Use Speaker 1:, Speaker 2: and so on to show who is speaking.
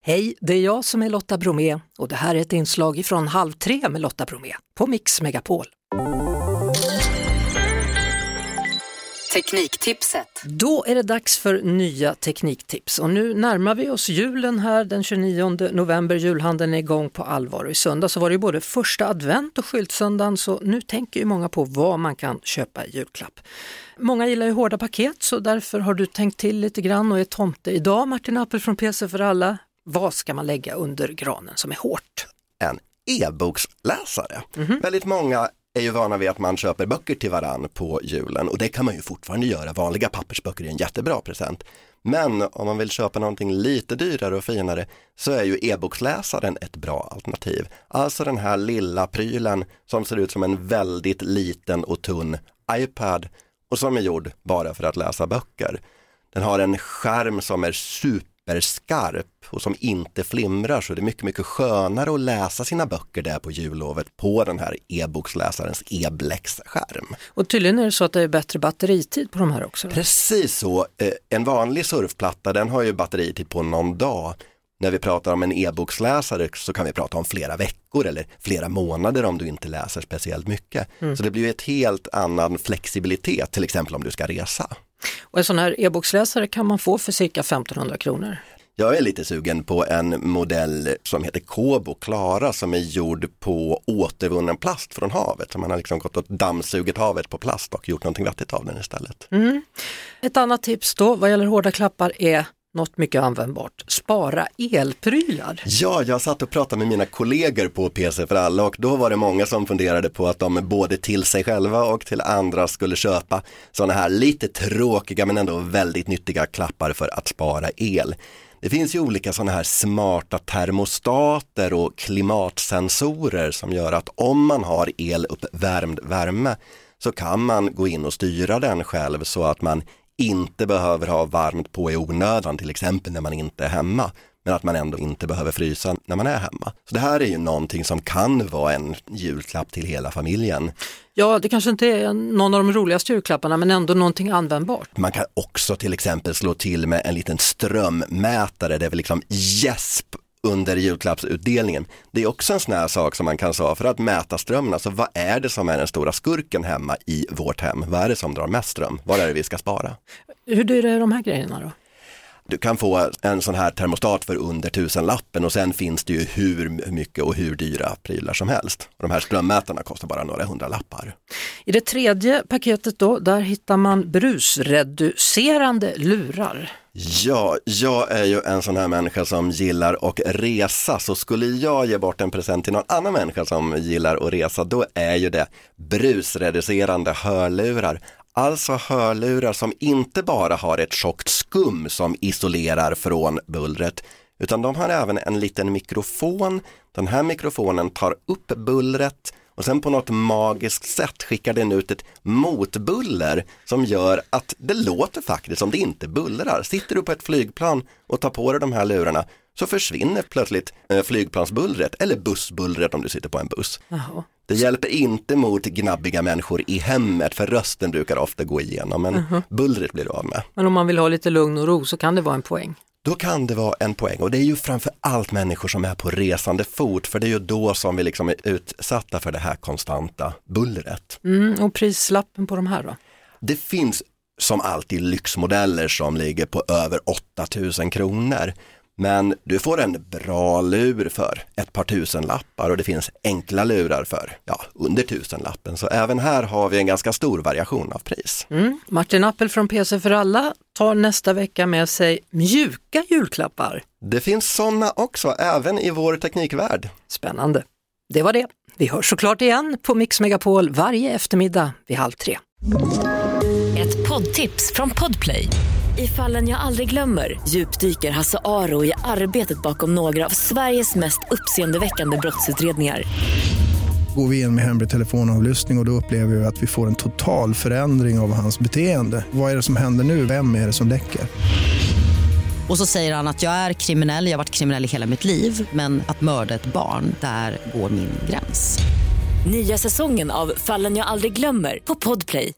Speaker 1: Hej, det är jag som är Lotta Bromé och det här är ett inslag ifrån 2:30 med Lotta Bromé på Mix Megapol.
Speaker 2: Tekniktipset.
Speaker 1: Då är det dags för nya tekniktips och nu närmar vi oss julen här den 29 november. Julhandeln är igång på allvar och i söndag så var det ju både första advent och skyltsöndagen, så nu tänker ju många på vad man kan köpa i julklapp. Många gillar ju hårda paket, så därför har du tänkt till lite grann och är tomte idag. Martin Appel från PC för alla. Vad ska man lägga under granen som är hårt?
Speaker 3: En e-boksläsare. Väldigt många är ju vana vid att man köper böcker till varann på julen, och det kan man ju fortfarande göra. Vanliga pappersböcker är en jättebra present. Men om man vill köpa någonting lite dyrare och finare så är ju e-boksläsaren ett bra alternativ. Alltså den här lilla prylen som ser ut som en väldigt liten och tunn iPad och som är gjord bara för att läsa böcker. Den har en skärm som är superskarp och som inte flimrar, så det är mycket, mycket skönare att läsa sina böcker där på jullovet på den här e-boksläsarens e-bläcksskärm.
Speaker 1: Och tydligen är det så att det är bättre batteritid på de här också.
Speaker 3: Precis så. En vanlig surfplatta, den har ju batteritid på någon dag. När vi pratar om en e-boksläsare så kan vi prata om flera veckor eller flera månader om du inte läser speciellt mycket. Så det blir ju ett helt annan flexibilitet, till exempel om du ska resa.
Speaker 1: Och en sån här e-boksläsare kan man få för cirka 1500 kronor.
Speaker 3: Jag är lite sugen på en modell som heter Kobo Klara, som är gjord på återvunnen plast från havet. Så man har liksom gått och dammsugit havet på plast och gjort någonting vettigt av den istället.
Speaker 1: Ett annat tips då vad gäller hårda klappar är något mycket användbart. Spara elprylar.
Speaker 3: Ja, jag satt och pratade med mina kollegor på PC för alla, och då var det många som funderade på att de både till sig själva och till andra skulle köpa sådana här lite tråkiga men ändå väldigt nyttiga klappar för att spara el. Det finns ju olika sådana här smarta termostater och klimatsensorer som gör att om man har eluppvärmd värme så kan man gå in och styra den själv så att man inte behöver ha varmt på i onödan, till exempel när man inte är hemma, men att man ändå inte behöver frysa när man är hemma. Så det här är ju någonting som kan vara en julklapp till hela familjen.
Speaker 1: Ja, det kanske inte är någon av de roligaste julklapparna, men ändå någonting användbart.
Speaker 3: Man kan också till exempel slå till med en liten strömmätare. Det är väl liksom gäsp under julklappsutdelningen. Det är också en sån här sak som man kan säga för att mäta strömmen. Alltså vad är det som är den stora skurken hemma i vårt hem? Vad är det som drar mest ström? Vad är det vi ska spara?
Speaker 1: Hur dyra är de här grejerna då?
Speaker 3: Du kan få en sån här termostat för under 1000-lappen, och sen finns det ju hur mycket och hur dyra prylar som helst. Och de här strömmätarna kostar bara några 100-lappar.
Speaker 1: I det tredje paketet då, där hittar man brusreducerande lurar.
Speaker 3: Ja, jag är ju en sån här människa som gillar att resa, så skulle jag ge bort en present till någon annan människa som gillar att resa, då är ju det brusreducerande hörlurar. Alltså hörlurar som inte bara har ett tjockt skum som isolerar från bullret, utan de har även en liten mikrofon. Den här mikrofonen tar upp bullret och sen på något magiskt sätt skickar den ut ett motbuller som gör att det låter faktiskt som det inte bullrar. Sitter du på ett flygplan och tar på dig de här lurarna så försvinner plötsligt flygplansbullret eller bussbullret om du sitter på en buss.
Speaker 1: Jaha.
Speaker 3: Det hjälper inte mot gnabbiga människor i hemmet, för rösten brukar ofta gå igenom, men bullret blir du av med.
Speaker 1: Men om man vill ha lite lugn och ro så kan det vara en poäng.
Speaker 3: Då kan det vara en poäng, och det är ju framför allt människor som är på resande fot, för det är ju då som vi liksom är utsatta för det här konstanta bullret.
Speaker 1: Och prislappen på de här då?
Speaker 3: Det finns som alltid lyxmodeller som ligger på över 8000 kronor. Men du får en bra lur för ett par tusenlappar, och det finns enkla lurar för under 1000-lappen. Så även här har vi en ganska stor variation av pris.
Speaker 1: Martin Appel från PC för alla tar nästa vecka med sig mjuka julklappar.
Speaker 3: Det finns sådana också, även i vår teknikvärld.
Speaker 1: Spännande. Det var det. Vi hörs såklart igen på Mix Megapol varje eftermiddag vid 2:30.
Speaker 2: Ett poddtips från Podplay. I Fallen jag aldrig glömmer djupdyker Hasse Aro i arbetet bakom några av Sveriges mest uppseendeväckande brottsutredningar.
Speaker 4: Går vi in med hemlig telefonavlyssning och då upplever vi att vi får en total förändring av hans beteende. Vad är det som händer nu? Vem är det som läcker?
Speaker 5: Och så säger han att jag är kriminell, jag har varit kriminell i hela mitt liv. Men att mörda ett barn, där går min gräns.
Speaker 2: Nya säsongen av Fallen jag aldrig glömmer på Podplay.